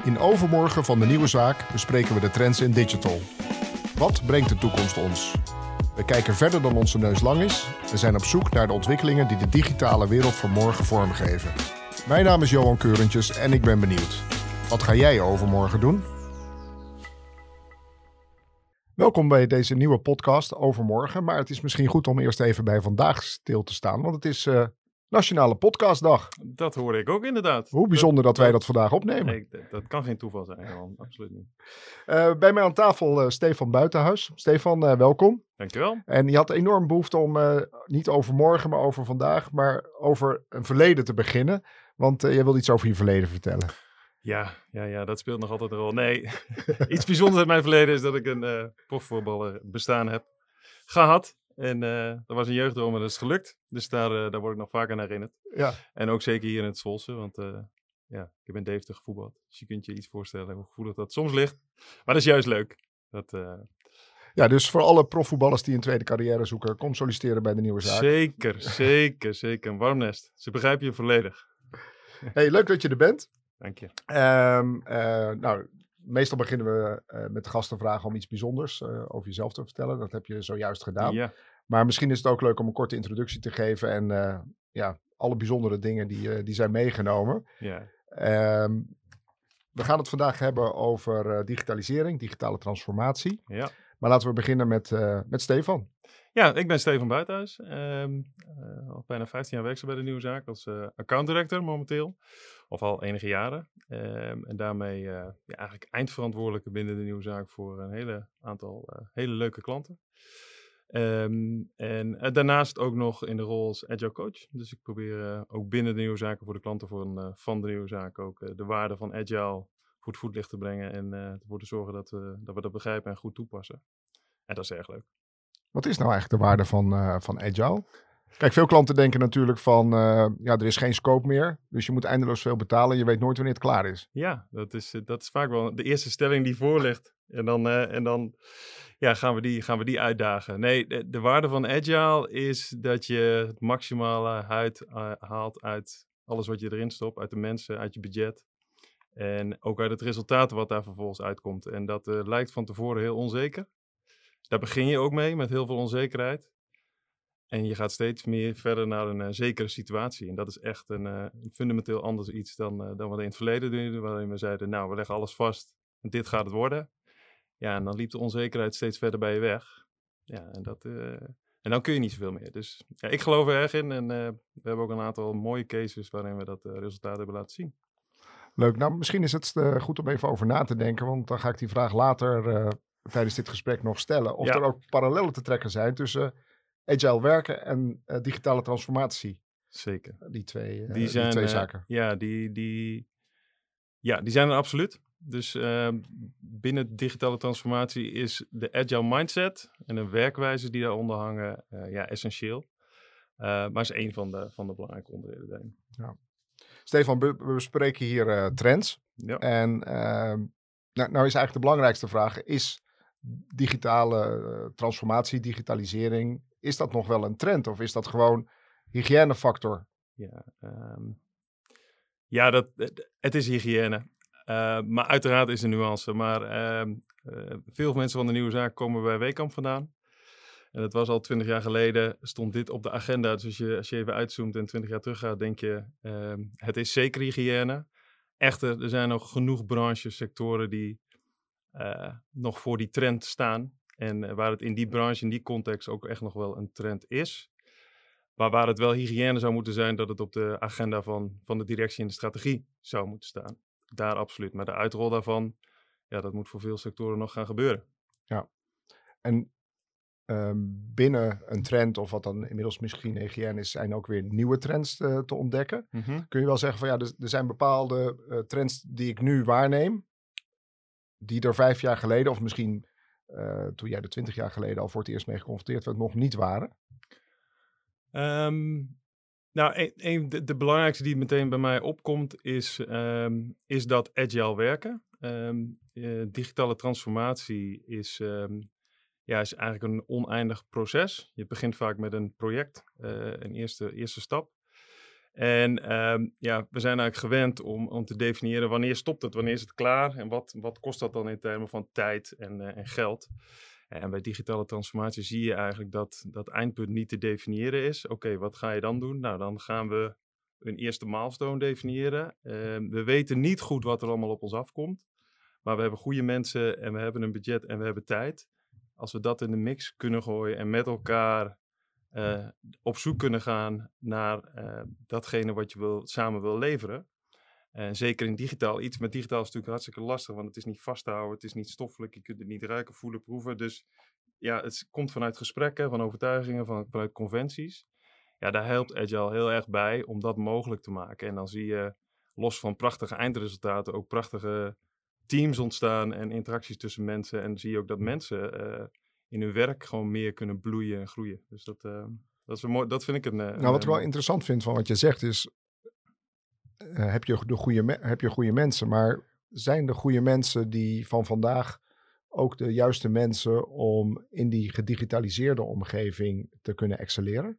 In Overmorgen van de Nieuwe Zaak bespreken we de trends in digital. Wat brengt de toekomst ons? We kijken verder dan onze neus lang is en zijn op zoek naar de ontwikkelingen die de digitale wereld van morgen vormgeven. Mijn naam is Johan Keurentjes en ik ben benieuwd. Wat ga jij overmorgen doen? Welkom bij deze nieuwe podcast Overmorgen, maar het is misschien goed om eerst even bij vandaag stil te staan, want het is Nationale Podcastdag. Dat hoorde ik ook inderdaad. Hoe bijzonder dat wij dat vandaag opnemen. Nee, dat kan geen toeval zijn, Johan. Absoluut niet. Bij mij aan tafel Stefan Buitenhuis. Stefan, welkom. Dankjewel. En je had enorm behoefte om niet over morgen, maar over vandaag, maar over een verleden te beginnen. Want je wil iets over je verleden vertellen. Ja, dat speelt nog altijd een rol. Nee, iets bijzonders uit mijn verleden is dat ik een profvoetballer bestaan heb gehad. En dat was een jeugddroom en dat is gelukt. Dus daar word ik nog vaak aan herinnerd. Ja. En ook zeker hier in het Zwolse, want ik heb in Deventer gevoetbald. Dus je kunt je iets voorstellen hoe gevoelig dat soms ligt. Maar dat is juist leuk. Ja, dus voor alle profvoetballers die een tweede carrière zoeken, kom solliciteren bij de Nieuwe Zaak. Zeker. Een warm nest. Ze begrijpen je volledig. Hey, leuk dat je er bent. Dank je. Meestal beginnen we met de gasten vragen om iets bijzonders over jezelf te vertellen. Dat heb je zojuist gedaan. Ja. Maar misschien is het ook leuk om een korte introductie te geven en alle bijzondere dingen die zijn meegenomen. Ja. We gaan het vandaag hebben over digitalisering, digitale transformatie. Ja. Maar laten we beginnen met Stefan. Ja, ik ben Stefan Buitenhuis. Al bijna 15 jaar werkzaam bij de Nieuwe Zaak als account director momenteel. Of al enige jaren. En daarmee eigenlijk eindverantwoordelijke binnen de Nieuwe Zaak voor een hele aantal hele leuke klanten. En daarnaast ook nog in de rol als agile coach. Dus ik probeer ook binnen de Nieuwe Zaken voor de klanten van de Nieuwe Zaak ook de waarde van agile voor het voetlicht te brengen. En ervoor te zorgen dat we dat begrijpen en goed toepassen. En dat is erg leuk. Wat is nou eigenlijk de waarde van agile? Kijk, veel klanten denken natuurlijk van, er is geen scope meer. Dus je moet eindeloos veel betalen en je weet nooit wanneer het klaar is. Ja, dat is vaak wel de eerste stelling die voor ligt. En dan gaan we die uitdagen. Nee, de waarde van agile is dat je het maximale haalt uit alles wat je erin stopt. Uit de mensen, uit je budget. En ook uit het resultaat wat daar vervolgens uitkomt. En dat lijkt van tevoren heel onzeker. Daar begin je ook mee met heel veel onzekerheid. En je gaat steeds meer verder naar een zekere situatie. En dat is echt een fundamenteel anders iets dan we in het verleden deden. Waarin we zeiden, we leggen alles vast en dit gaat het worden. Ja, en dan liep de onzekerheid steeds verder bij je weg. Ja, en dan kun je niet zoveel meer. Dus ja, ik geloof er erg in. En we hebben ook een aantal mooie cases waarin we dat resultaat hebben laten zien. Leuk. Nou, misschien is het goed om even over na te denken. Want dan ga ik die vraag later tijdens dit gesprek nog stellen. Of er ook parallellen te trekken zijn tussen agile werken en digitale transformatie. Zeker. Die twee zaken. Die zijn er absoluut. Dus binnen digitale transformatie is de agile mindset en de werkwijze die daaronder hangen essentieel. Maar is één van de belangrijke onderdelen. Ja. Stefan, we bespreken hier trends. Ja. En nou is eigenlijk de belangrijkste vraag, is digitale transformatie, digitalisering, is dat nog wel een trend of is dat gewoon hygiënefactor? Het is hygiëne. Maar uiteraard is er nuance. Maar veel mensen van de Nieuwe Zaak komen bij Wekamp vandaan. En dat was al 20 jaar geleden, stond dit op de agenda. Dus als je even uitzoomt en 20 jaar terug gaat, denk je, het is zeker hygiëne. Echter, er zijn nog genoeg branches, sectoren die nog voor die trend staan. En waar het in die branche, in die context ook echt nog wel een trend is. Maar waar het wel hygiëne zou moeten zijn, dat het op de agenda van de directie en de strategie zou moeten staan. Daar absoluut. Maar de uitrol daarvan, dat moet voor veel sectoren nog gaan gebeuren. Ja. En binnen een trend, of wat dan inmiddels misschien hygiëne is, zijn ook weer nieuwe trends te ontdekken. Mm-hmm. Kun je wel zeggen van er zijn bepaalde trends die ik nu waarneem, die er 5 jaar geleden, of misschien toen jij er 20 jaar geleden al voor het eerst mee geconfronteerd werd, nog niet waren? De belangrijkste die meteen bij mij opkomt is dat agile werken. Digitale transformatie is eigenlijk een oneindig proces. Je begint vaak met een project, een eerste stap. En we zijn eigenlijk gewend om te definiëren wanneer stopt het, wanneer is het klaar en wat kost dat dan in termen van tijd en geld. En bij digitale transformatie zie je eigenlijk dat eindpunt niet te definiëren is. Oké, wat ga je dan doen? Nou, dan gaan we een eerste milestone definiëren. We weten niet goed wat er allemaal op ons afkomt, maar we hebben goede mensen en we hebben een budget en we hebben tijd. Als we dat in de mix kunnen gooien en met elkaar op zoek kunnen gaan naar datgene wat je samen wil leveren. En zeker in digitaal. Iets met digitaal is natuurlijk hartstikke lastig, want het is niet vast te houden, het is niet stoffelijk, je kunt het niet ruiken, voelen, proeven. Dus ja, het komt vanuit gesprekken, van overtuigingen, vanuit conventies. Ja, daar helpt Agile heel erg bij om dat mogelijk te maken. En dan zie je los van prachtige eindresultaten ook prachtige teams ontstaan en interacties tussen mensen. En zie je ook dat mensen in hun werk gewoon meer kunnen bloeien en groeien. Dus dat is mooi. Dat vind ik Wat ik wel interessant vind van wat je zegt is, heb je goede mensen, maar zijn de goede mensen die van vandaag ook de juiste mensen om in die gedigitaliseerde omgeving te kunnen excelleren?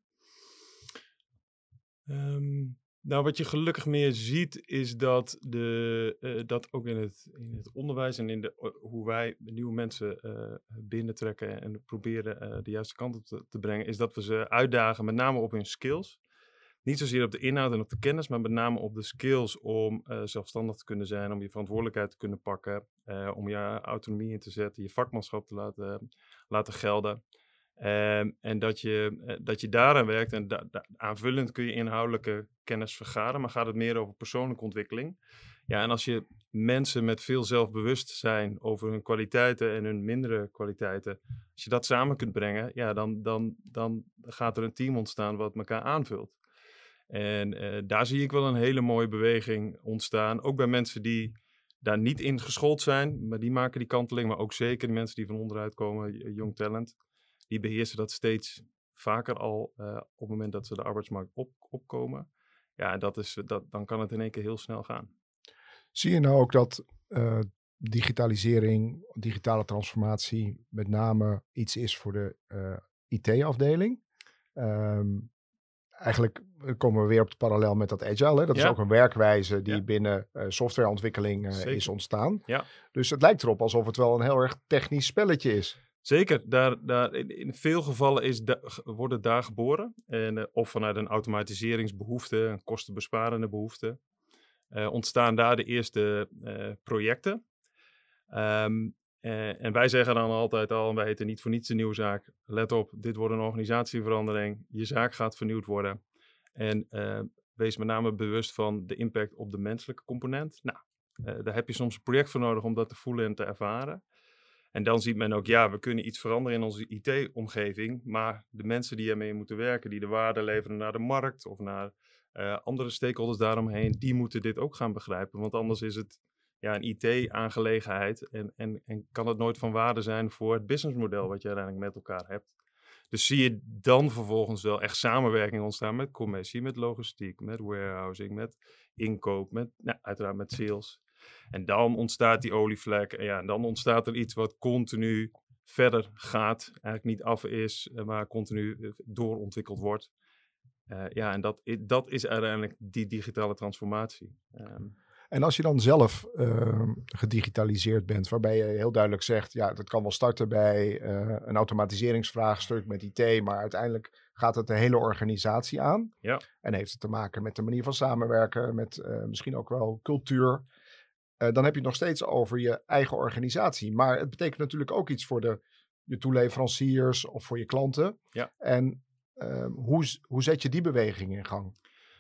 Nou, wat je gelukkig meer ziet, is dat dat ook in het onderwijs en hoe wij nieuwe mensen binnentrekken en proberen de juiste kant op te brengen, is dat we ze uitdagen, met name op hun skills. Niet zozeer op de inhoud en op de kennis, maar met name op de skills om zelfstandig te kunnen zijn, om je verantwoordelijkheid te kunnen pakken, om je autonomie in te zetten, je vakmanschap te laten gelden. En dat je daaraan werkt en aanvullend kun je inhoudelijke kennis vergaren, maar gaat het meer over persoonlijke ontwikkeling. Ja, en als je mensen met veel zelfbewustzijn over hun kwaliteiten en hun mindere kwaliteiten, als je dat samen kunt brengen, ja, dan gaat er een team ontstaan wat elkaar aanvult. En daar zie ik wel een hele mooie beweging ontstaan. Ook bij mensen die daar niet in geschoold zijn, maar die maken die kanteling. Maar ook zeker de mensen die van onderuit komen, young talent, die beheersen dat steeds vaker al op het moment dat ze de arbeidsmarkt opkomen. Ja, dan kan het in één keer heel snel gaan. Zie je nou ook dat digitalisering, digitale transformatie met name iets is voor de IT-afdeling? Eigenlijk komen we weer op het parallel met dat Agile. Hè? Dat is ook een werkwijze die binnen softwareontwikkeling is ontstaan. Ja. Dus het lijkt erop alsof het wel een heel erg technisch spelletje is. Zeker, in veel gevallen wordt het daar geboren. Of vanuit een automatiseringsbehoefte, een kostenbesparende behoefte, ontstaan daar de eerste projecten. En wij zeggen dan altijd al, en wij heten niet voor niets de nieuwe zaak, let op, dit wordt een organisatieverandering, je zaak gaat vernieuwd worden. En wees met name bewust van de impact op de menselijke component. Nou, daar heb je soms een project voor nodig om dat te voelen en te ervaren. En dan ziet men ook, ja, we kunnen iets veranderen in onze IT-omgeving, maar de mensen die ermee moeten werken, die de waarde leveren naar de markt of naar andere stakeholders daaromheen, die moeten dit ook gaan begrijpen. Want anders is het een IT-aangelegenheid en kan het nooit van waarde zijn voor het businessmodel wat je uiteindelijk met elkaar hebt. Dus zie je dan vervolgens wel echt samenwerking ontstaan met commercie, met logistiek, met warehousing, met inkoop, uiteraard met sales. En dan ontstaat die olievlek en dan ontstaat er iets wat continu verder gaat, eigenlijk niet af is, maar continu doorontwikkeld wordt. En dat is uiteindelijk die digitale transformatie. En als je dan zelf gedigitaliseerd bent, waarbij je heel duidelijk zegt, ja, dat kan wel starten bij een automatiseringsvraagstuk met IT, maar uiteindelijk gaat het de hele organisatie aan. Ja. En heeft het te maken met de manier van samenwerken, met misschien ook wel cultuur. Dan heb je het nog steeds over je eigen organisatie. Maar het betekent natuurlijk ook iets voor je toeleveranciers of voor je klanten. Ja. En hoe zet je die beweging in gang?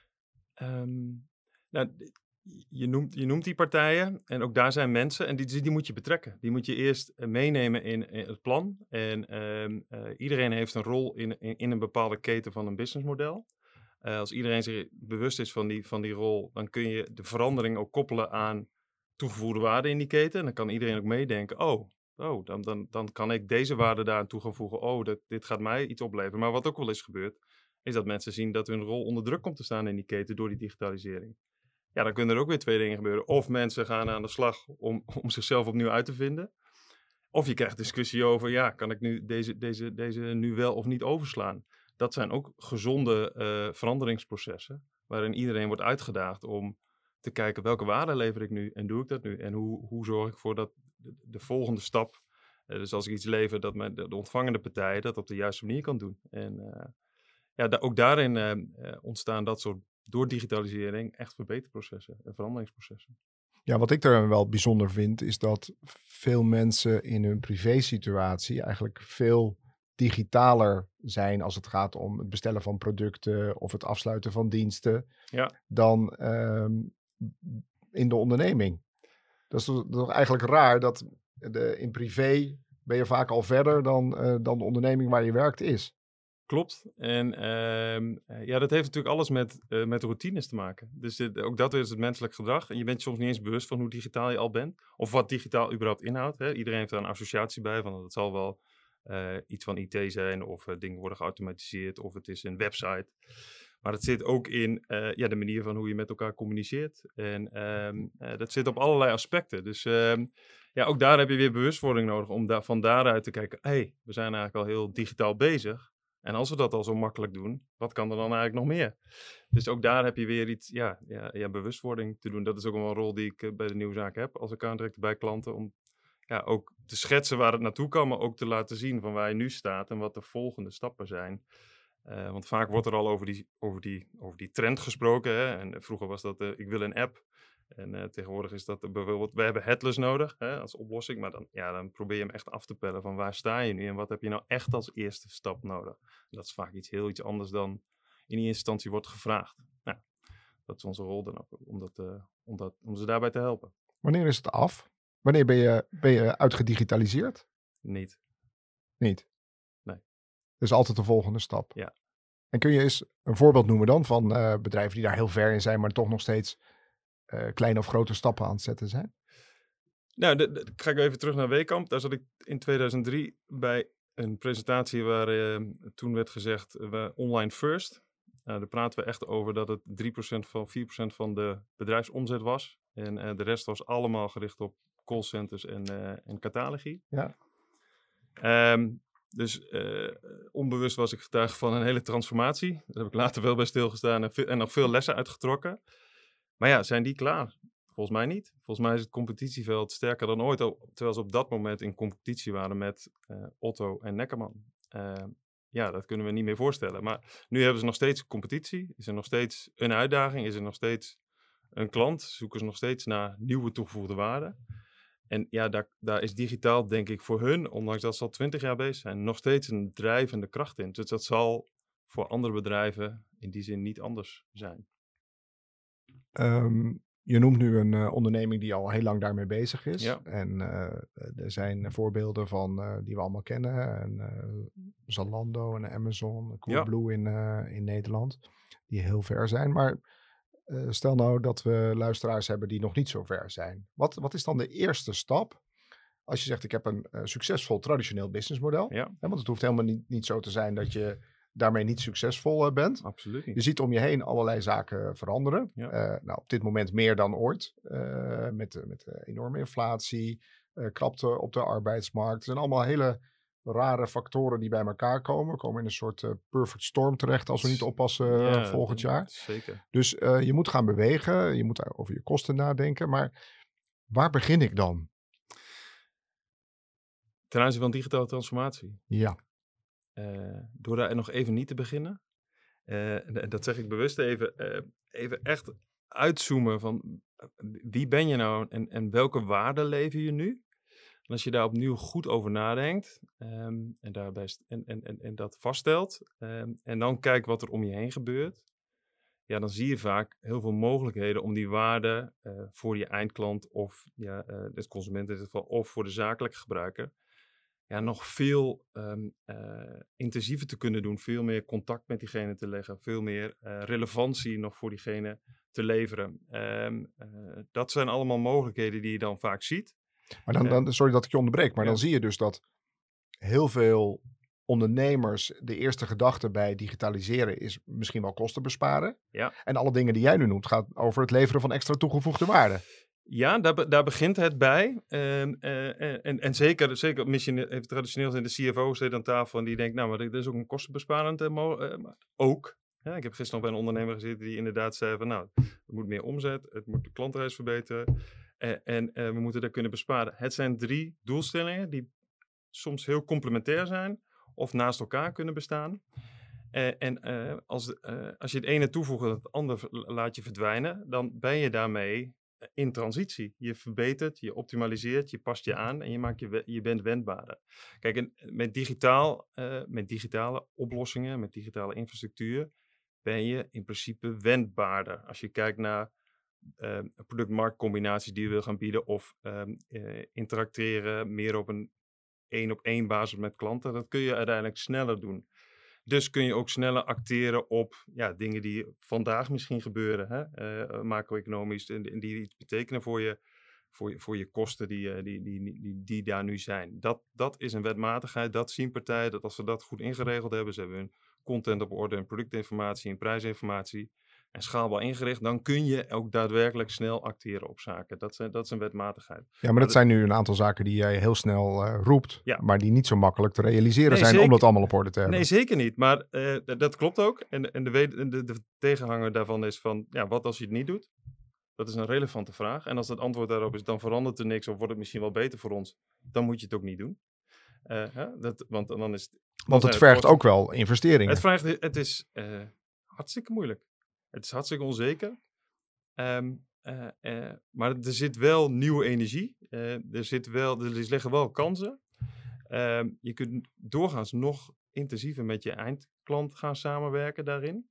Je noemt die partijen en ook daar zijn mensen en die moet je betrekken. Die moet je eerst meenemen in het plan. En iedereen heeft een rol in een bepaalde keten van een businessmodel. Als iedereen zich bewust is van die rol, dan kun je de verandering ook koppelen aan toegevoegde waarde in die keten. En dan kan iedereen ook meedenken, dan kan ik deze waarde daaraan toe gaan voegen. Dit gaat mij iets opleveren. Maar wat ook wel is gebeurd, is dat mensen zien dat hun rol onder druk komt te staan in die keten door die digitalisering. Ja, dan kunnen er ook weer twee dingen gebeuren. Of mensen gaan aan de slag om zichzelf opnieuw uit te vinden. Of je krijgt discussie over, kan ik nu deze nu wel of niet overslaan? Dat zijn ook gezonde veranderingsprocessen, waarin iedereen wordt uitgedaagd om te kijken welke waarde lever ik nu en doe ik dat nu? En hoe zorg ik voor dat de volgende stap, dus als ik iets lever, dat de ontvangende partij dat op de juiste manier kan doen. En ook daarin ontstaan dat soort, door digitalisering, echt verbeterprocessen en veranderingsprocessen. Ja, wat ik er wel bijzonder vind, is dat veel mensen in hun privésituatie eigenlijk veel digitaler zijn als het gaat om het bestellen van producten of het afsluiten van diensten dan in de onderneming. Dat is toch eigenlijk raar dat in privé ben je vaak al verder dan de onderneming waar je werkt is. Klopt. En dat heeft natuurlijk alles met routines te maken. Dus ook dat is het menselijk gedrag. En je bent soms niet eens bewust van hoe digitaal je al bent. Of wat digitaal überhaupt inhoudt. Hè. Iedereen heeft daar een associatie bij. Van het zal wel iets van IT zijn. Of dingen worden geautomatiseerd. Of het is een website. Maar het zit ook in de manier van hoe je met elkaar communiceert. En dat zit op allerlei aspecten. Dus ook daar heb je weer bewustwording nodig. Om van daaruit te kijken. We zijn eigenlijk al heel digitaal bezig. En als we dat al zo makkelijk doen, wat kan er dan eigenlijk nog meer? Dus ook daar heb je weer iets, bewustwording te doen. Dat is ook wel een rol die ik bij de Nieuwe Zaak heb als account director bij klanten. Om ook te schetsen waar het naartoe kan, maar ook te laten zien van waar je nu staat en wat de volgende stappen zijn. Want vaak wordt er al over die trend gesproken. Hè? En vroeger was dat, ik wil een app. En tegenwoordig is dat bijvoorbeeld, we hebben headless nodig als oplossing. Maar dan probeer je hem echt af te pellen van waar sta je nu en wat heb je nou echt als eerste stap nodig. En dat is vaak heel iets anders dan in eerste instantie wordt gevraagd. Nou, dat is onze rol dan ook, om ze daarbij te helpen. Wanneer is het af? Wanneer ben je uitgedigitaliseerd? Niet. Niet? Nee. Dus altijd de volgende stap. Ja. En kun je eens een voorbeeld noemen dan van bedrijven die daar heel ver in zijn, maar toch nog steeds kleine of grote stappen aan het zetten zijn? Nou, ga ik even terug naar Wekamp. Daar zat ik in 2003 bij een presentatie waar toen werd gezegd online first. Daar praten we echt over dat het 4% van de bedrijfsomzet was. En de rest was allemaal gericht op callcenters en catalogie. Ja. Dus onbewust was ik getuige van een hele transformatie. Daar heb ik later wel bij stilgestaan en nog veel lessen uitgetrokken. Maar zijn die klaar? Volgens mij niet. Volgens mij is het competitieveld sterker dan ooit. Terwijl ze op dat moment in competitie waren met Otto en Neckerman. Dat kunnen we niet meer voorstellen. Maar nu hebben ze nog steeds competitie. Is er nog steeds een uitdaging? Is er nog steeds een klant? Zoeken ze nog steeds naar nieuwe toegevoegde waarde? En daar is digitaal, denk ik, voor hun, ondanks dat ze al 20 jaar bezig zijn, nog steeds een drijvende kracht in. Dus dat zal voor andere bedrijven in die zin niet anders zijn. Je noemt nu een onderneming die al heel lang daarmee bezig is. Ja. En er zijn voorbeelden van die we allemaal kennen. Zalando en Amazon, Coolblue in Nederland. Die heel ver zijn. Maar stel nou dat we luisteraars hebben die nog niet zo ver zijn. Wat is dan de eerste stap? Als je zegt ik heb een succesvol traditioneel businessmodel. Ja. Want het hoeft helemaal niet zo te zijn dat je daarmee niet succesvol bent. Absoluut niet. Je ziet om je heen allerlei zaken veranderen. Ja. Op dit moment meer dan ooit. Met enorme inflatie, krapte op de arbeidsmarkt. Het zijn allemaal hele rare factoren die bij elkaar komen. We komen in een soort perfect storm terecht als we niet oppassen volgend jaar. Zeker. Dus je moet gaan bewegen. Je moet over je kosten nadenken. Maar waar begin ik dan? Ten aanzien van digitale transformatie? Ja. Door daar nog even niet te beginnen. En dat zeg ik bewust even echt uitzoomen van wie ben je nou en welke waarden lever je nu? En als je daar opnieuw goed over nadenkt en dat vaststelt en dan kijkt wat er om je heen gebeurt, dan zie je vaak heel veel mogelijkheden om die waarden voor je eindklant of de consument in dit geval of voor de zakelijke gebruiker nog veel intensiever te kunnen doen. Veel meer contact met diegene te leggen. Veel meer relevantie nog voor diegene te leveren. Dat zijn allemaal mogelijkheden die je dan vaak ziet. Maar dan sorry dat ik je onderbreek, maar dan zie je dus dat heel veel ondernemers de eerste gedachte bij digitaliseren is misschien wel kosten besparen. Ja. En alle dingen die jij nu noemt gaat over het leveren van extra toegevoegde waarde. Ja, daar begint het bij. En zeker misschien even traditioneel zijn de CFO's aan tafel en die denken, nou, maar dit is ook een kostenbesparend ook. Ja, ik heb gisteren nog bij een ondernemer gezeten die inderdaad zei van nou, er moet meer omzet, het moet de klantreis verbeteren en we moeten daar kunnen besparen. Het zijn 3 doelstellingen die soms heel complementair zijn of naast elkaar kunnen bestaan. Als je het ene toevoegt en het andere laat je verdwijnen, dan ben je daarmee in transitie. Je verbetert, je optimaliseert, je past je aan en je bent wendbaarder. Kijk, en met digitale oplossingen, met digitale infrastructuur, ben je in principe wendbaarder. Als je kijkt naar product-marktcombinaties die je wil gaan bieden of interacteren meer op een 1-op-1 basis met klanten, dat kun je uiteindelijk sneller doen. Dus kun je ook sneller acteren op dingen die vandaag misschien gebeuren, hè? Macro-economisch, en die iets betekenen voor je kosten die daar nu zijn. Dat is een wetmatigheid, dat zien partijen, dat als ze dat goed ingeregeld hebben, ze hebben hun content op orde, hun productinformatie en prijsinformatie en schaalbaar ingericht, dan kun je ook daadwerkelijk snel acteren op zaken. Dat is een wetmatigheid. Ja, maar dat zijn nu een aantal zaken die jij heel snel roept, maar die niet zo makkelijk te realiseren zijn zeker, om dat allemaal op orde te hebben. Nee, zeker niet. Maar dat klopt ook. En de tegenhanger daarvan is van, wat als je het niet doet? Dat is een relevante vraag. En als het antwoord daarop is, dan verandert er niks of wordt het misschien wel beter voor ons, dan moet je het ook niet doen. Want dan is Want het vergt ook wel investeringen. Het is hartstikke moeilijk. Het is hartstikke onzeker. Maar er zit wel nieuwe energie. Er liggen wel kansen. Je kunt doorgaans nog intensiever met je eindklant gaan samenwerken daarin.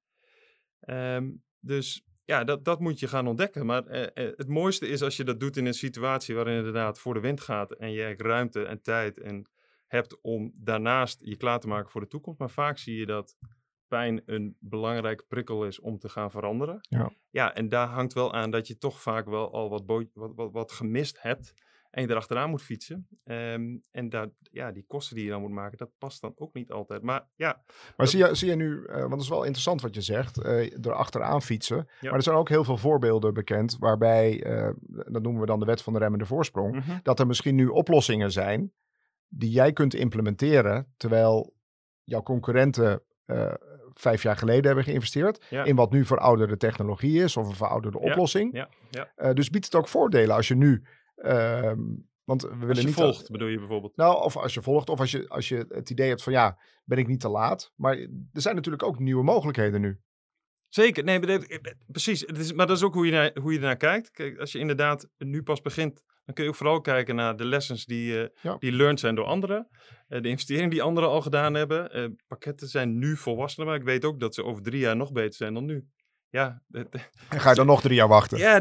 Dus ja, dat moet je gaan ontdekken. Maar het mooiste is als je dat doet in een situatie waarin het inderdaad voor de wind gaat en je ruimte en tijd hebt om daarnaast je klaar te maken voor de toekomst. Maar vaak zie je dat pijn een belangrijke prikkel is om te gaan veranderen. Ja, en daar hangt wel aan dat je toch vaak wel al wat gemist hebt en je erachteraan moet fietsen. En die kosten die je dan moet maken, dat past dan ook niet altijd. Maar zie je nu, want dat is wel interessant wat je zegt, erachteraan fietsen. Ja. Maar er zijn ook heel veel voorbeelden bekend waarbij, dat noemen we dan de wet van de remmende voorsprong, dat er misschien nu oplossingen zijn die jij kunt implementeren, terwijl jouw concurrenten 5 jaar geleden hebben geïnvesteerd in wat nu verouderde technologie is of een verouderde oplossing. Dus biedt het ook voordelen als je nu... want we willen als je niet volgt, bedoel je bijvoorbeeld? Nou, of als je volgt, of als je het idee hebt van ben ik niet te laat? Maar er zijn natuurlijk ook nieuwe mogelijkheden nu. Zeker, nee, precies. Maar dat is ook hoe je ernaar kijkt. Kijk, als je inderdaad nu pas begint, dan kun je ook vooral kijken naar de lessons die learned zijn door anderen. De investeringen die anderen al gedaan hebben. Pakketten zijn nu volwassener, maar ik weet ook dat ze over 3 jaar nog beter zijn dan nu. Ja, en ga je dan nog 3 jaar wachten? Ja,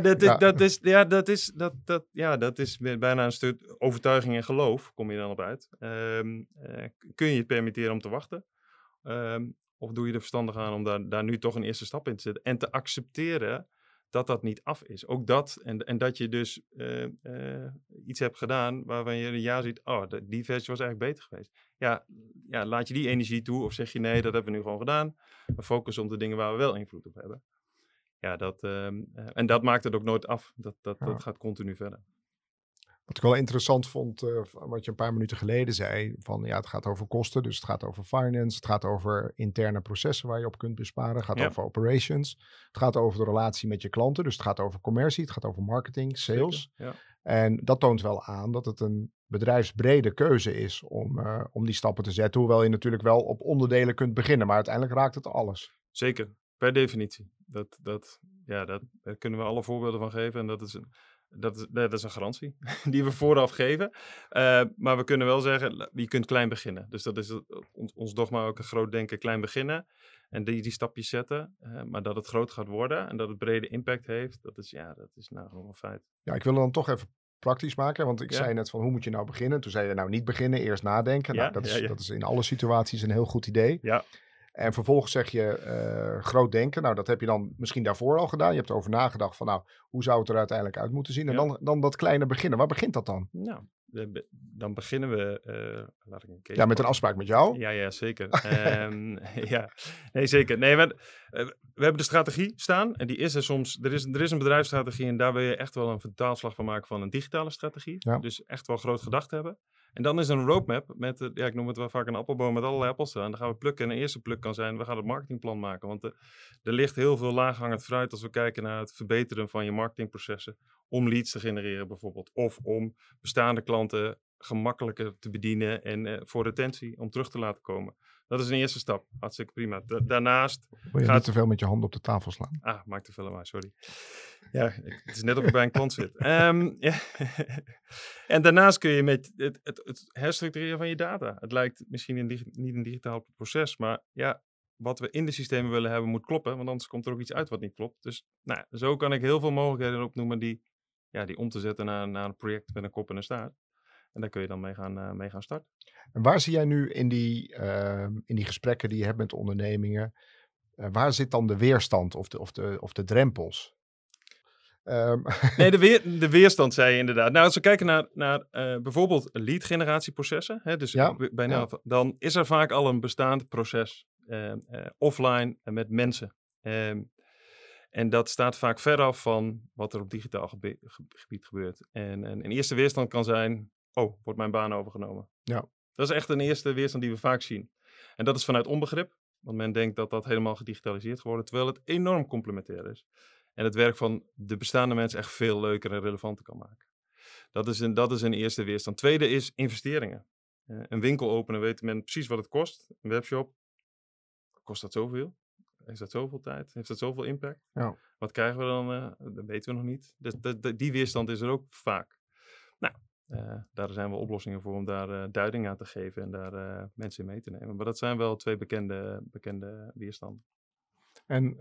dat is bijna een stuk overtuiging en geloof, kom je dan op uit. Kun je het permitteren om te wachten? Of doe je er verstandig aan om daar nu toch een eerste stap in te zetten? En te accepteren dat dat niet af is. Ook dat, en dat je dus iets hebt gedaan waarvan je een jaar ziet, die versie was eigenlijk beter geweest. Ja, laat je die energie toe of zeg je nee, dat hebben we nu gewoon gedaan. We focussen op de dingen waar we wel invloed op hebben. Ja, en dat maakt het ook nooit af. Dat gaat continu verder. Wat ik wel interessant vond, wat je een paar minuten geleden zei, van het gaat over kosten, dus het gaat over finance, het gaat over interne processen waar je op kunt besparen, het gaat over operations, het gaat over de relatie met je klanten, dus het gaat over commercie, het gaat over marketing, sales. Ja. En dat toont wel aan dat het een bedrijfsbrede keuze is om die stappen te zetten, hoewel je natuurlijk wel op onderdelen kunt beginnen, maar uiteindelijk raakt het alles. Zeker, per definitie. Daar kunnen we alle voorbeelden van geven en dat is een garantie die we vooraf geven. Maar we kunnen wel zeggen, je kunt klein beginnen. Dus dat is ons dogma ook, een groot denken, klein beginnen. En die stapjes zetten. Maar dat het groot gaat worden en dat het brede impact heeft, dat is nou gewoon een feit. Ja, ik wil het dan toch even praktisch maken. Want ik zei net van, hoe moet je nou beginnen? Toen zei je niet beginnen, eerst nadenken. Ja, dat is in alle situaties een heel goed idee. Ja. En vervolgens zeg je groot denken. Nou, dat heb je dan misschien daarvoor al gedaan. Je hebt erover nagedacht van, hoe zou het er uiteindelijk uit moeten zien? En dan dat kleine beginnen. Waar begint dat dan? Nou, dan beginnen we... laat ik een keer met een afspraak met jou? Ja, zeker. Nee, zeker. Nee, we hebben de strategie staan. En die is er soms... Er is een bedrijfsstrategie en daar wil je echt wel een vertaalslag van maken van een digitale strategie. Ja. Dus echt wel groot gedacht hebben. En dan is een roadmap met, ik noem het wel vaak een appelboom met allerlei appels aan. Dan gaan we plukken. En de eerste pluk kan zijn, we gaan het marketingplan maken. Want er ligt heel veel laaghangend fruit als we kijken naar het verbeteren van je marketingprocessen. Om leads te genereren bijvoorbeeld. Of om bestaande klanten gemakkelijker te bedienen en voor retentie om terug te laten komen. Dat is een eerste stap. Hartstikke prima. Daarnaast Wil je niet te veel met je handen op de tafel slaan? maakt te veel aan mij, sorry. Ja, het is net of ik bij een klant zit. Ja. En daarnaast kun je met het herstructureren van je data. Het lijkt misschien niet een digitaal proces, maar ja, wat we in de systemen willen hebben moet kloppen, want anders komt er ook iets uit wat niet klopt. Dus zo kan ik heel veel mogelijkheden opnoemen die om te zetten naar een project met een kop en een staart. En daar kun je dan mee gaan starten. En waar zie jij nu in die gesprekken die je hebt met ondernemingen, waar zit dan de weerstand of de drempels? Nee, de weerstand zei je inderdaad. Nou, als we kijken naar bijvoorbeeld lead generatieprocessen, dus dan is er vaak al een bestaand proces offline en met mensen. En dat staat vaak ver af van wat er op digitaal gebied gebeurt. En een eerste weerstand kan zijn, wordt mijn baan overgenomen? Ja. Dat is echt een eerste weerstand die we vaak zien. En dat is vanuit onbegrip, want men denkt dat dat helemaal gedigitaliseerd geworden, terwijl het enorm complementair is. En het werk van de bestaande mensen echt veel leuker en relevanter kan maken. Dat is een eerste weerstand. Tweede is investeringen. Een winkel openen, weet men precies wat het kost. Een webshop, kost dat zoveel? Is dat zoveel tijd? Heeft dat zoveel impact? Ja. Wat krijgen we dan? Dat weten we nog niet. Dus die weerstand is er ook vaak. Nou, daar zijn wel oplossingen voor om daar duiding aan te geven en daar mensen in mee te nemen. Maar dat zijn wel twee bekende weerstanden. En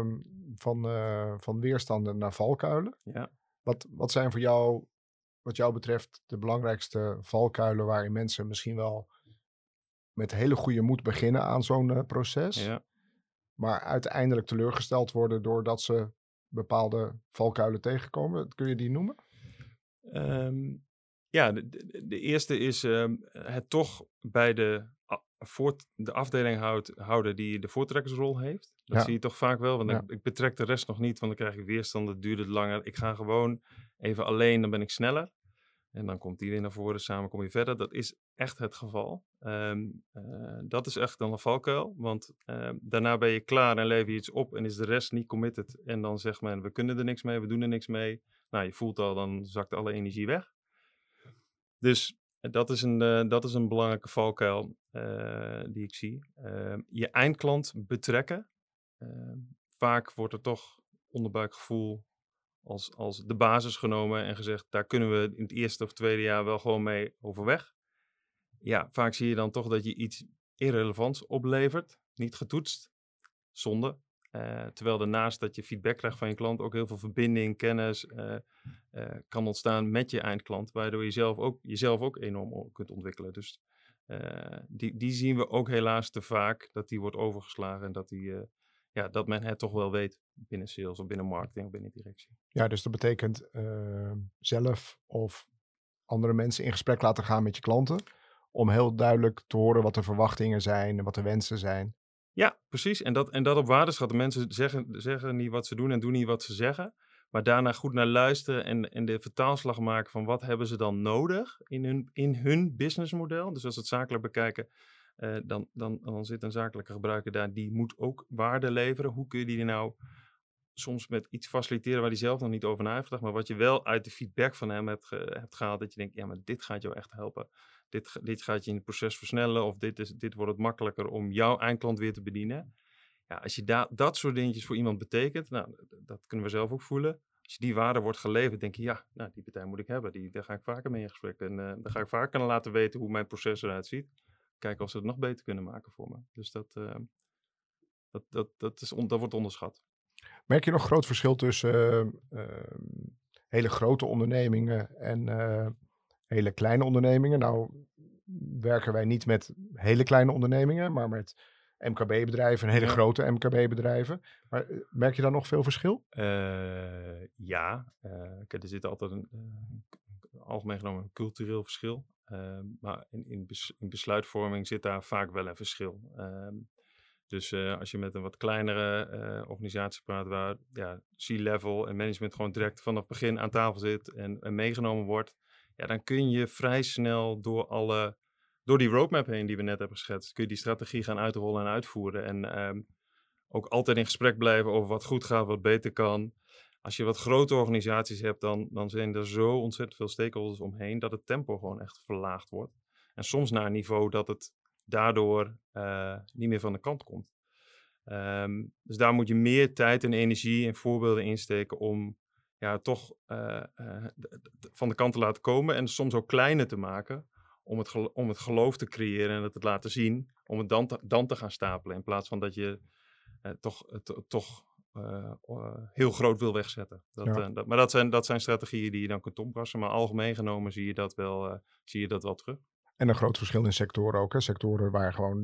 van weerstanden naar valkuilen. Ja. Wat zijn voor jou, wat jou betreft, de belangrijkste valkuilen waarin mensen misschien wel met hele goede moed beginnen aan zo'n proces, maar uiteindelijk teleurgesteld worden doordat ze bepaalde valkuilen tegenkomen? Kun je die noemen? De eerste is het toch bij de afdeling houden die de voortrekkersrol heeft. Dat zie je toch vaak wel, want ik betrek de rest nog niet, want dan krijg ik weerstand, dat duurt het langer. Ik ga gewoon even alleen, dan ben ik sneller. En dan komt die weer naar voren, samen kom je verder. Dat is echt het geval. Dat is echt dan een valkuil, want daarna ben je klaar en lever je iets op en is de rest niet committed. En dan zegt men, we kunnen er niks mee, we doen er niks mee. Nou, je voelt al, dan zakt alle energie weg. Dus dat is een belangrijke valkuil die ik zie. Je eindklant betrekken. Vaak wordt er toch onderbuikgevoel als de basis genomen en gezegd, daar kunnen we in het eerste of tweede jaar wel gewoon mee overweg. Ja, vaak zie je dan toch dat je iets irrelevants oplevert, niet getoetst, zonde. Terwijl daarnaast dat je feedback krijgt van je klant ook heel veel verbinding, kennis kan ontstaan met je eindklant, waardoor je jezelf ook enorm kunt ontwikkelen. Dus die zien we ook helaas te vaak, dat die wordt overgeslagen en dat men het toch wel weet binnen sales of binnen marketing of binnen directie. Ja, dus dat betekent zelf of andere mensen in gesprek laten gaan met je klanten, om heel duidelijk te horen wat de verwachtingen zijn en wat de wensen zijn. Ja, precies. En dat op waarde schatten. Mensen zeggen niet wat ze doen en doen niet wat ze zeggen. Maar daarna goed naar luisteren en de vertaalslag maken van wat hebben ze dan nodig in hun businessmodel. Dus als we het zakelijk bekijken, dan zit een zakelijke gebruiker daar, die moet ook waarde leveren. Hoe kun je die nou soms met iets faciliteren waar hij zelf nog niet over na heeft gedacht, maar wat je wel uit de feedback van hem hebt gehaald, dat je denkt, ja, maar dit gaat jou echt helpen. Dit gaat je in het proces versnellen of dit wordt het makkelijker om jouw eindklant weer te bedienen. Ja, als je dat soort dingetjes voor iemand betekent, nou, dat kunnen we zelf ook voelen. Als je die waarde wordt geleverd, denk je, ja, nou, die partij moet ik hebben. Daar ga ik vaker mee in gesprek. En daar ga ik vaker kunnen laten weten hoe mijn proces eruit ziet. Kijken of ze het nog beter kunnen maken voor me. Dus dat wordt onderschat. Merk je nog groot verschil tussen hele grote ondernemingen en hele kleine ondernemingen? Nou, werken wij niet met hele kleine ondernemingen, maar met MKB-bedrijven en hele grote MKB-bedrijven. Maar merk je dan nog veel verschil? Er zit altijd algemeen genomen een cultureel verschil. Maar in besluitvorming zit daar vaak wel een verschil. Dus als je met een wat kleinere organisatie praat waar C-level en management gewoon direct vanaf het begin aan tafel zit en meegenomen wordt, ja, dan kun je vrij snel door die roadmap heen die we net hebben geschetst, kun je die strategie gaan uitrollen en uitvoeren. En ook altijd in gesprek blijven over wat goed gaat, wat beter kan. Als je wat grote organisaties hebt, dan zijn er zo ontzettend veel stakeholders omheen dat het tempo gewoon echt verlaagd wordt. En soms naar een niveau dat het daardoor niet meer van de kant komt. Dus daar moet je meer tijd en energie en voorbeelden insteken om toch van de kant te laten komen en soms ook kleiner te maken om het geloof te creëren en het te laten zien, om het dan te gaan stapelen in plaats van dat je toch heel groot wil wegzetten. Maar dat zijn strategieën die je dan kunt toepassen, maar algemeen genomen zie je dat wel terug. En een groot verschil in sectoren ook. Hè? Sectoren waar gewoon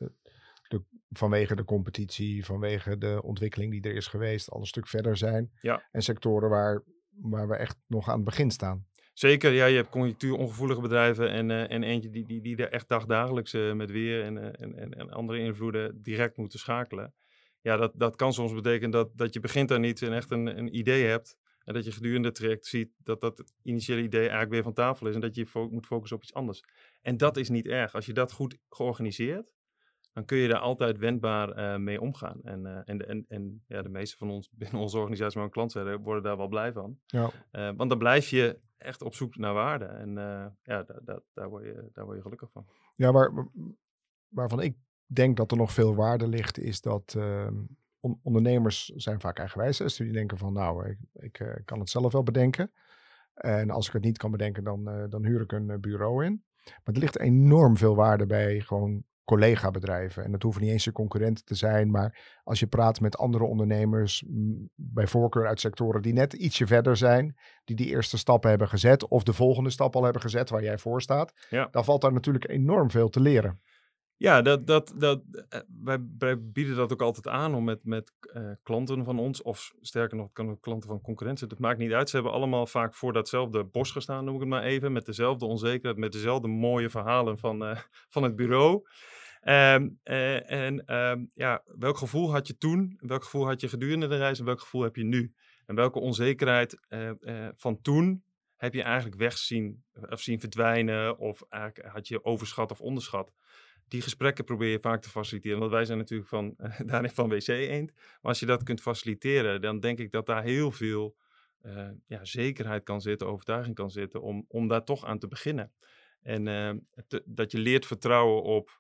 vanwege de competitie, vanwege de ontwikkeling die er is geweest, al een stuk verder zijn. Ja. En sectoren waar we echt nog aan het begin staan. Zeker, ja, je hebt conjunctuurongevoelige bedrijven en eentje die er echt dagdagelijks met weer en andere invloeden direct moeten schakelen. Ja, dat kan soms betekenen dat je begint daar niet en echt een idee hebt. En dat je gedurende het traject ziet dat initiële idee eigenlijk weer van tafel is en dat je moet focussen op iets anders. En dat is niet erg. Als je dat goed georganiseerd, dan kun je daar altijd wendbaar mee omgaan. En de meeste van ons binnen onze organisatie, maar ook klanten, worden daar wel blij van. Ja. Want dan blijf je echt op zoek naar waarde. En daar word je gelukkig van. Ja, waarvan ik denk dat er nog veel waarde ligt, is dat ondernemers zijn vaak eigenwijs. Dus die denken van, nou, ik kan het zelf wel bedenken. En als ik het niet kan bedenken, dan huur ik een bureau in. Maar er ligt enorm veel waarde bij gewoon collega-bedrijven. En dat hoeven niet eens je concurrenten te zijn. Maar als je praat met andere ondernemers, bij voorkeur uit sectoren die net ietsje verder zijn, die eerste stappen hebben gezet of de volgende stap al hebben gezet waar jij voor staat, dan valt daar natuurlijk enorm veel te leren. Ja, wij bieden dat ook altijd aan om met klanten van ons, of sterker nog, het kan ook klanten van concurrentie, dat maakt niet uit. Ze hebben allemaal vaak voor datzelfde bos gestaan, noem ik het maar even, met dezelfde onzekerheid, met dezelfde mooie verhalen van het bureau. Welk gevoel had je toen? Welk gevoel had je gedurende de reis? En welk gevoel heb je nu? En welke onzekerheid van toen heb je eigenlijk zien verdwijnen? Of eigenlijk had je overschat of onderschat? Die gesprekken probeer je vaak te faciliteren. Want wij zijn natuurlijk daarin van WC Eend. Maar als je dat kunt faciliteren, dan denk ik dat daar heel veel zekerheid kan zitten, overtuiging kan zitten om daar toch aan te beginnen. En dat je leert vertrouwen op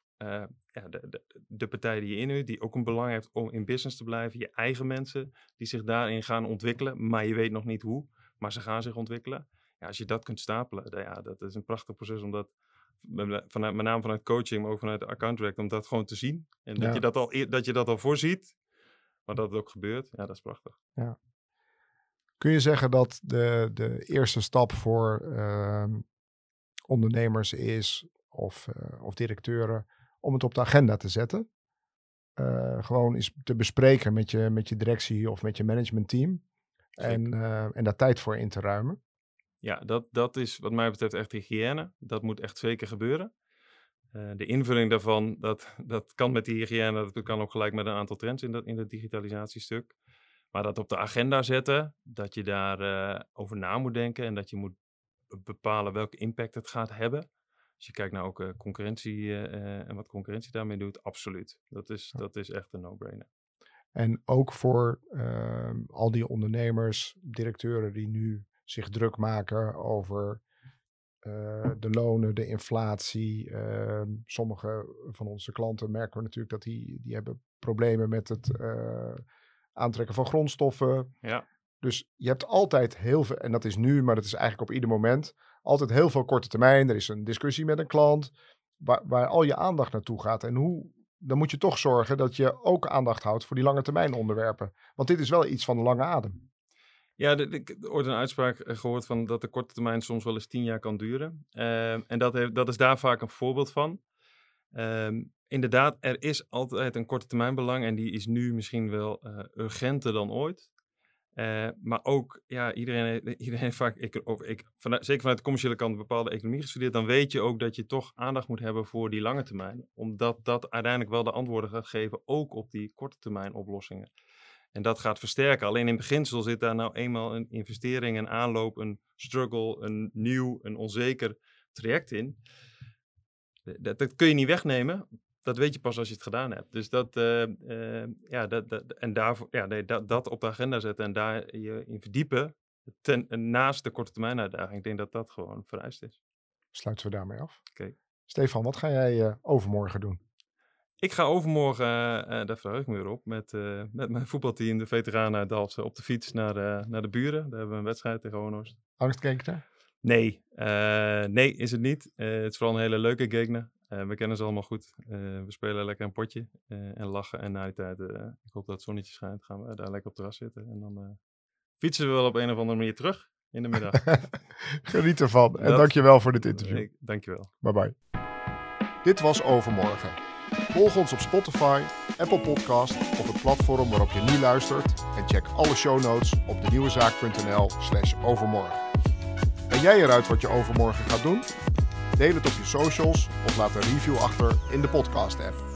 de partij die je inhuurt, die ook een belang heeft om in business te blijven. Je eigen mensen die zich daarin gaan ontwikkelen, maar je weet nog niet hoe. Maar ze gaan zich ontwikkelen. Ja, als je dat kunt stapelen, dat is een prachtig proces om dat met name vanuit coaching, maar ook vanuit de account direct, om dat gewoon te zien. En dat je dat al voorziet, maar dat het ook gebeurt. Ja, dat is prachtig. Ja. Kun je zeggen dat de eerste stap voor ondernemers is, of directeuren, om het op de agenda te zetten? Gewoon eens te bespreken met je directie of met je managementteam. En daar tijd voor in te ruimen. Ja, dat is wat mij betreft echt hygiëne. Dat moet echt zeker gebeuren. De invulling daarvan, dat kan met die hygiëne, dat kan ook gelijk met een aantal trends in dat digitalisatiestuk. Maar dat op de agenda zetten, dat je daar over na moet denken en dat je moet bepalen welke impact het gaat hebben. Als je kijkt naar ook concurrentie en wat concurrentie daarmee doet, absoluut. Dat is echt een no-brainer. En ook voor al die ondernemers, directeuren die nu zich druk maken over de lonen, de inflatie. Sommige van onze klanten merken we natuurlijk dat die hebben problemen met het aantrekken van grondstoffen. Ja. Dus je hebt altijd heel veel, en dat is nu, maar dat is eigenlijk op ieder moment, altijd heel veel korte termijn. Er is een discussie met een klant waar al je aandacht naartoe gaat. En dan moet je toch zorgen dat je ook aandacht houdt voor die lange termijn onderwerpen. Want dit is wel iets van de lange adem. Ja, ik heb ooit een uitspraak gehoord van dat de korte termijn soms wel eens 10 jaar kan duren. En dat is daar vaak een voorbeeld van. Inderdaad, er is altijd een korte termijn belang en die is nu misschien wel urgenter dan ooit. Maar ook, ja, iedereen heeft vaak, zeker vanuit de commerciële kant, een bepaalde economie gestudeerd. Dan weet je ook dat je toch aandacht moet hebben voor die lange termijn. Omdat dat uiteindelijk wel de antwoorden gaat geven, ook op die korte termijn oplossingen. En dat gaat versterken. Alleen in beginsel zit daar nou eenmaal een investering, een aanloop, een struggle, een nieuw, een onzeker traject in. Dat kun je niet wegnemen. Dat weet je pas als je het gedaan hebt. Dus dat op de agenda zetten en daar je in verdiepen, naast de korte termijn uitdaging. Ik denk dat dat gewoon vereist is. Sluiten we daarmee af. Okay. Stefan, wat ga jij overmorgen doen? Ik ga overmorgen, daar verheug ik me weer op, met mijn voetbalteam, de veteranen uit Dalfsen, op de fiets naar de buren. Daar hebben we een wedstrijd tegen Hoornhorst. Angstgegner? Nee, is het niet. Het is vooral een hele leuke gegner. We kennen ze allemaal goed. We spelen lekker een potje en lachen. En na die tijd, ik hoop dat het zonnetje schijnt, gaan we daar lekker op het terras zitten. En dan fietsen we wel op een of andere manier terug in de middag. Geniet ervan. En dankjewel voor dit interview. Dankjewel. Bye bye. Dit was Overmorgen. Volg ons op Spotify, Apple Podcast of het platform waarop je nu luistert. En check alle show notes op denieuwezaak.nl/overmorgen. Ben jij eruit wat je overmorgen gaat doen? Deel het op je socials of laat een review achter in de podcast app.